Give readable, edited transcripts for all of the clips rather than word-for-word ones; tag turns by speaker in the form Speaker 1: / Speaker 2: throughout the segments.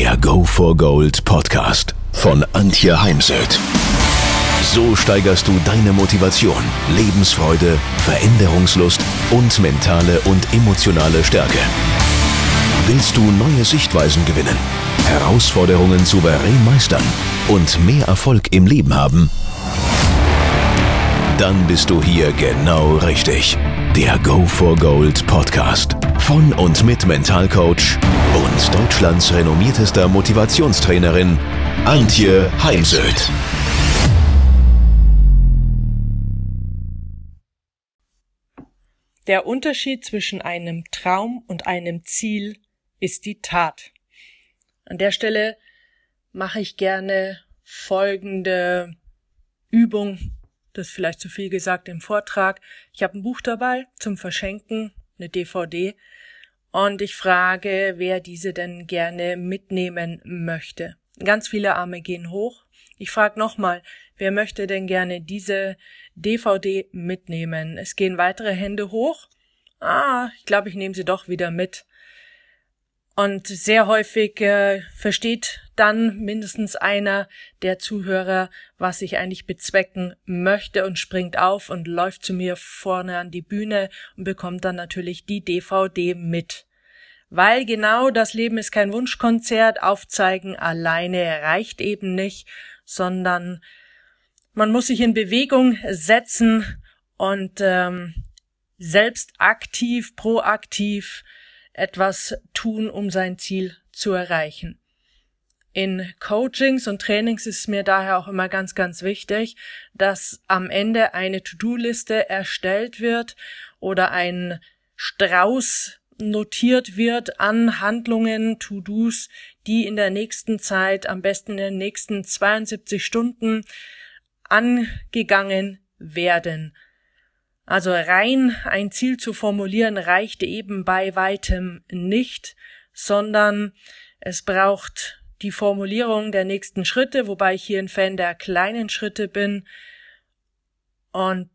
Speaker 1: Der Go for Gold Podcast von Antje Heimsöth. So steigerst du deine Motivation, Lebensfreude, Veränderungslust und mentale und emotionale Stärke. Willst du neue Sichtweisen gewinnen, Herausforderungen souverän meistern und mehr Erfolg im Leben haben? Dann bist du hier genau richtig. Der Go for Gold Podcast von und mit Mentalcoach und Deutschlands renommiertester Motivationstrainerin Antje Heimsöth.
Speaker 2: Der Unterschied zwischen einem Traum und einem Ziel ist die Tat. An der Stelle mache ich gerne folgende Übung. Das ist vielleicht zu viel gesagt im Vortrag. Ich habe ein Buch dabei zum Verschenken, eine DVD, und ich frage, wer diese denn gerne mitnehmen möchte. Ganz viele Arme gehen hoch. Ich frage nochmal, wer möchte denn gerne diese DVD mitnehmen? Es gehen weitere Hände hoch. Ich glaube, ich nehme sie doch wieder mit. Und sehr häufig versteht dann mindestens einer der Zuhörer, was ich eigentlich bezwecken möchte, und springt auf und läuft zu mir vorne an die Bühne und bekommt dann natürlich die DVD mit. Weil genau das Leben ist kein Wunschkonzert, aufzeigen alleine reicht eben nicht, sondern man muss sich in Bewegung setzen und selbst aktiv, proaktiv etwas tun, um sein Ziel zu erreichen. In Coachings und Trainings ist es mir daher auch immer ganz, ganz wichtig, dass am Ende eine To-Do-Liste erstellt wird oder ein Strauß notiert wird an Handlungen, To-Dos, die in der nächsten Zeit, am besten in den nächsten 72 Stunden angegangen werden. Also rein ein Ziel zu formulieren reicht eben bei weitem nicht, sondern es braucht die Formulierung der nächsten Schritte, wobei ich hier ein Fan der kleinen Schritte bin, und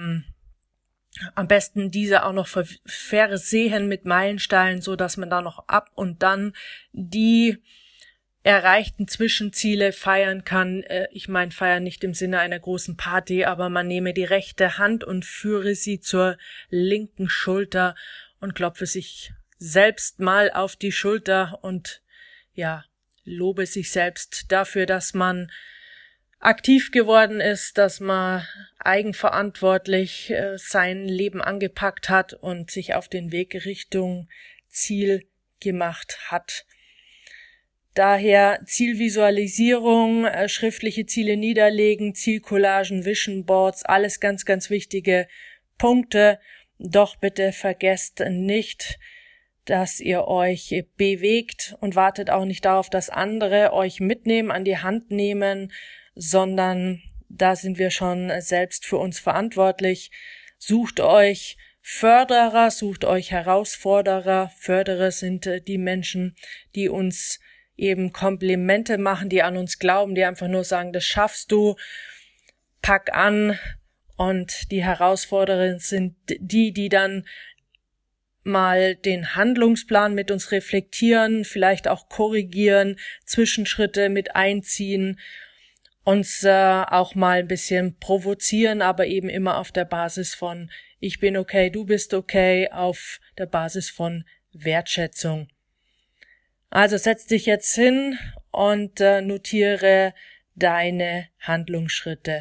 Speaker 2: am besten diese auch noch versehen mit Meilensteinen, so dass man da noch ab und dann die erreichten Zwischenziele feiern kann. Ich meine, feiern nicht im Sinne einer großen Party, aber man nehme die rechte Hand und führe sie zur linken Schulter und klopfe sich selbst mal auf die Schulter und lobe sich selbst dafür, dass man aktiv geworden ist, dass man eigenverantwortlich sein Leben angepackt hat und sich auf den Weg Richtung Ziel gemacht hat. Daher Zielvisualisierung, schriftliche Ziele niederlegen, Zielcollagen, Vision Boards, alles ganz, ganz wichtige Punkte. Doch bitte vergesst nicht, dass ihr euch bewegt, und wartet auch nicht darauf, dass andere euch mitnehmen, an die Hand nehmen, sondern da sind wir schon selbst für uns verantwortlich. Sucht euch Förderer, sucht euch Herausforderer. Förderer sind die Menschen, die uns eben Komplimente machen, die an uns glauben, die einfach nur sagen, das schaffst du, pack an. Und die Herausforderer sind die dann mal den Handlungsplan mit uns reflektieren, vielleicht auch korrigieren, Zwischenschritte mit einziehen, uns auch mal ein bisschen provozieren, aber eben immer auf der Basis von ich bin okay, du bist okay, auf der Basis von Wertschätzung. Also setz dich jetzt hin und notiere deine Handlungsschritte.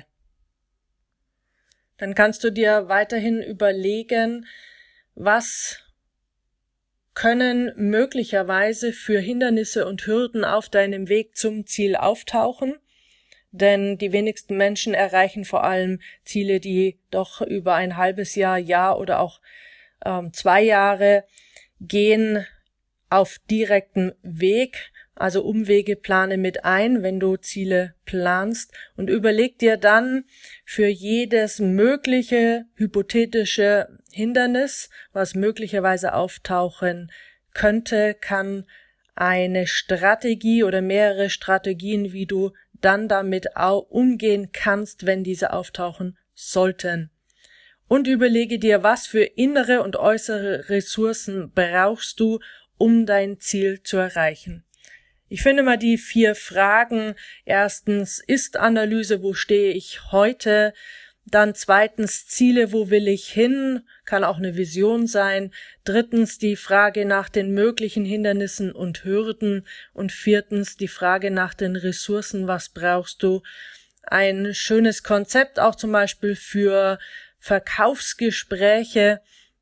Speaker 2: Dann kannst du dir weiterhin überlegen, was können möglicherweise für Hindernisse und Hürden auf deinem Weg zum Ziel auftauchen. Denn die wenigsten Menschen erreichen vor allem Ziele, die doch über ein halbes Jahr oder auch 2 Jahre gehen, auf direktem Weg. Also Umwege plane mit ein, wenn du Ziele planst, und überleg dir dann für jedes mögliche hypothetische Hindernis, was möglicherweise auftauchen könnte, kann eine Strategie oder mehrere Strategien, wie du dann damit umgehen kannst, wenn diese auftauchen sollten. Und überlege dir, was für innere und äußere Ressourcen brauchst du, um dein Ziel zu erreichen. Ich finde mal die 4 Fragen. Erstens, Ist-Analyse, wo stehe ich heute? Dann 2. Ziele, wo will ich hin? Kann auch eine Vision sein. 3. die Frage nach den möglichen Hindernissen und Hürden. Und 4. die Frage nach den Ressourcen, was brauchst du? Ein schönes Konzept auch zum Beispiel für Verkaufsgespräche,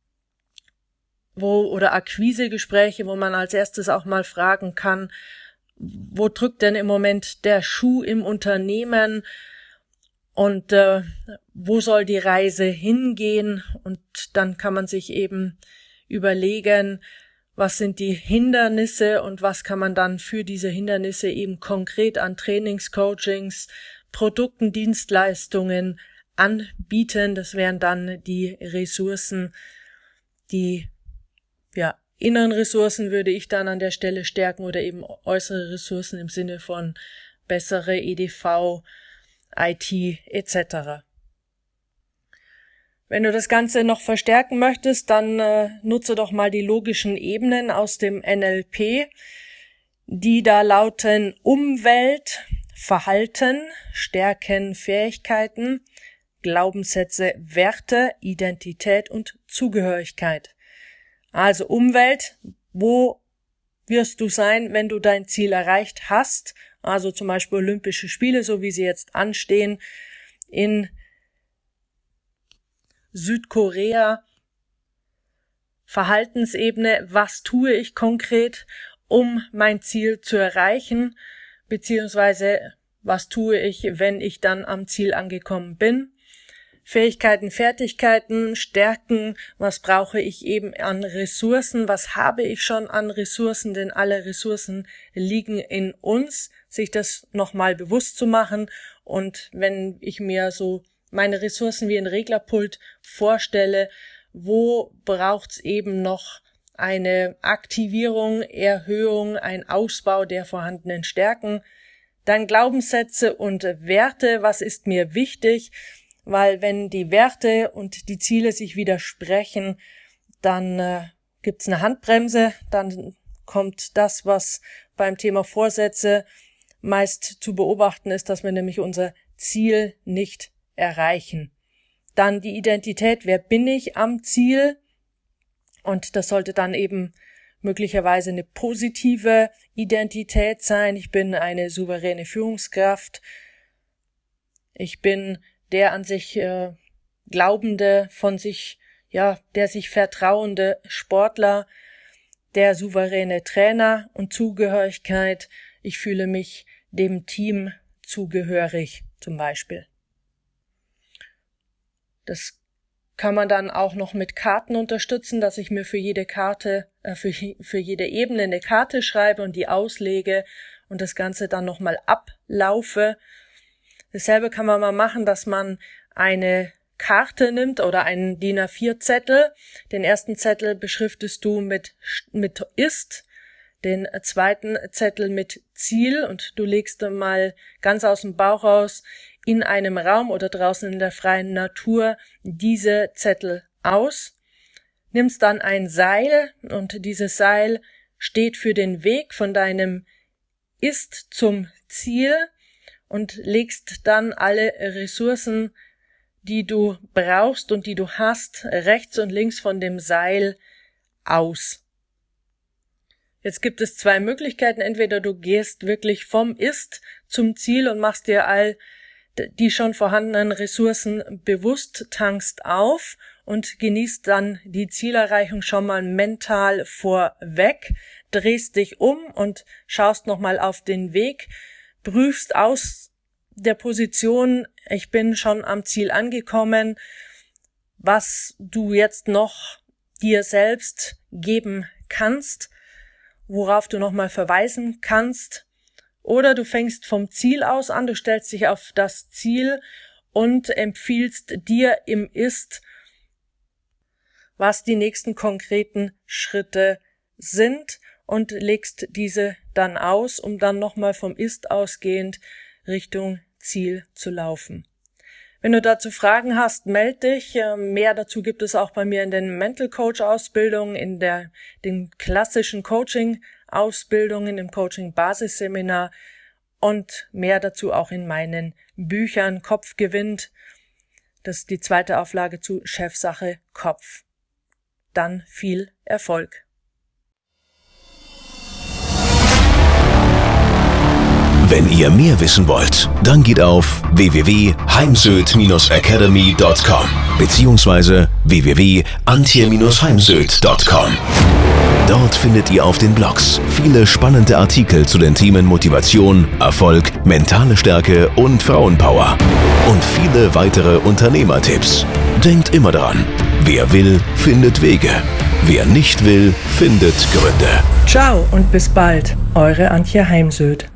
Speaker 2: oder Akquisegespräche, wo man als erstes auch mal fragen kann, wo drückt denn im Moment der Schuh im Unternehmen und wo soll die Reise hingehen? Und dann kann man sich eben überlegen, was sind die Hindernisse und was kann man dann für diese Hindernisse eben konkret an Trainings, Coachings, Produkten, Dienstleistungen anbieten. Das wären dann die Ressourcen, die inneren Ressourcen würde ich dann an der Stelle stärken oder eben äußere Ressourcen im Sinne von bessere EDV, IT etc. Wenn du das Ganze noch verstärken möchtest, dann nutze doch mal die logischen Ebenen aus dem NLP, die da lauten Umwelt, Verhalten, Stärken, Fähigkeiten, Glaubenssätze, Werte, Identität und Zugehörigkeit. Also Umwelt, wo wirst du sein, wenn du dein Ziel erreicht hast? Also zum Beispiel Olympische Spiele, so wie sie jetzt anstehen, in Südkorea. Verhaltensebene, was tue ich konkret, um mein Ziel zu erreichen? Beziehungsweise, was tue ich, wenn ich dann am Ziel angekommen bin? Fähigkeiten, Fertigkeiten, Stärken, was brauche ich eben an Ressourcen, was habe ich schon an Ressourcen, denn alle Ressourcen liegen in uns, sich das nochmal bewusst zu machen. Und wenn ich mir so meine Ressourcen wie ein Reglerpult vorstelle, wo braucht's eben noch eine Aktivierung, Erhöhung, ein Ausbau der vorhandenen Stärken, dann Glaubenssätze und Werte, was ist mir wichtig? Weil wenn die Werte und die Ziele sich widersprechen, dann gibt's eine Handbremse, dann kommt das, was beim Thema Vorsätze meist zu beobachten ist, dass wir nämlich unser Ziel nicht erreichen. Dann die Identität, wer bin ich am Ziel? Und das sollte dann eben möglicherweise eine positive Identität sein. Ich bin eine souveräne Führungskraft. Ich bin der an sich glaubende, von sich, der sich vertrauende Sportler, der souveräne Trainer und Zugehörigkeit. Ich fühle mich dem Team zugehörig, zum Beispiel. Das kann man dann auch noch mit Karten unterstützen, dass ich mir für jede Karte, für jede Ebene eine Karte schreibe und die auslege und das Ganze dann nochmal ablaufe. Dasselbe kann man mal machen, dass man eine Karte nimmt oder einen DIN A4-Zettel. Den ersten Zettel beschriftest du mit Ist, den zweiten Zettel mit Ziel und du legst dann mal ganz aus dem Bauch raus in einem Raum oder draußen in der freien Natur diese Zettel aus, nimmst dann ein Seil und dieses Seil steht für den Weg von deinem Ist zum Ziel und legst dann alle Ressourcen, die du brauchst und die du hast, rechts und links von dem Seil aus. Jetzt gibt es 2 Möglichkeiten. Entweder du gehst wirklich vom Ist zum Ziel und machst dir all die schon vorhandenen Ressourcen bewusst, tankst auf und genießt dann die Zielerreichung schon mal mental vorweg, drehst dich um und schaust nochmal auf den Weg, prüfst aus der Position, ich bin schon am Ziel angekommen, was du jetzt noch dir selbst geben kannst, worauf du nochmal verweisen kannst. Oder du fängst vom Ziel aus an, du stellst dich auf das Ziel und empfiehlst dir im Ist, was die nächsten konkreten Schritte sind und legst diese dann aus, um dann nochmal vom Ist ausgehend Richtung Ziel zu laufen. Wenn du dazu Fragen hast, melde dich. Mehr dazu gibt es auch bei mir in den Mental Coach Ausbildungen, in den klassischen Coaching Ausbildungen im Coaching-Basisseminar und mehr dazu auch in meinen Büchern Kopf gewinnt. Das ist die 2. Auflage zu Chefsache Kopf. Dann viel Erfolg.
Speaker 1: Wenn ihr mehr wissen wollt, dann geht auf www.heimsöd-academy.com bzw. www.antje-heimsöd.com. Dort findet ihr auf den Blogs viele spannende Artikel zu den Themen Motivation, Erfolg, mentale Stärke und Frauenpower und viele weitere Unternehmertipps. Denkt immer daran, wer will, findet Wege. Wer nicht will, findet Gründe.
Speaker 2: Ciao und bis bald, eure Antje Heimsöd.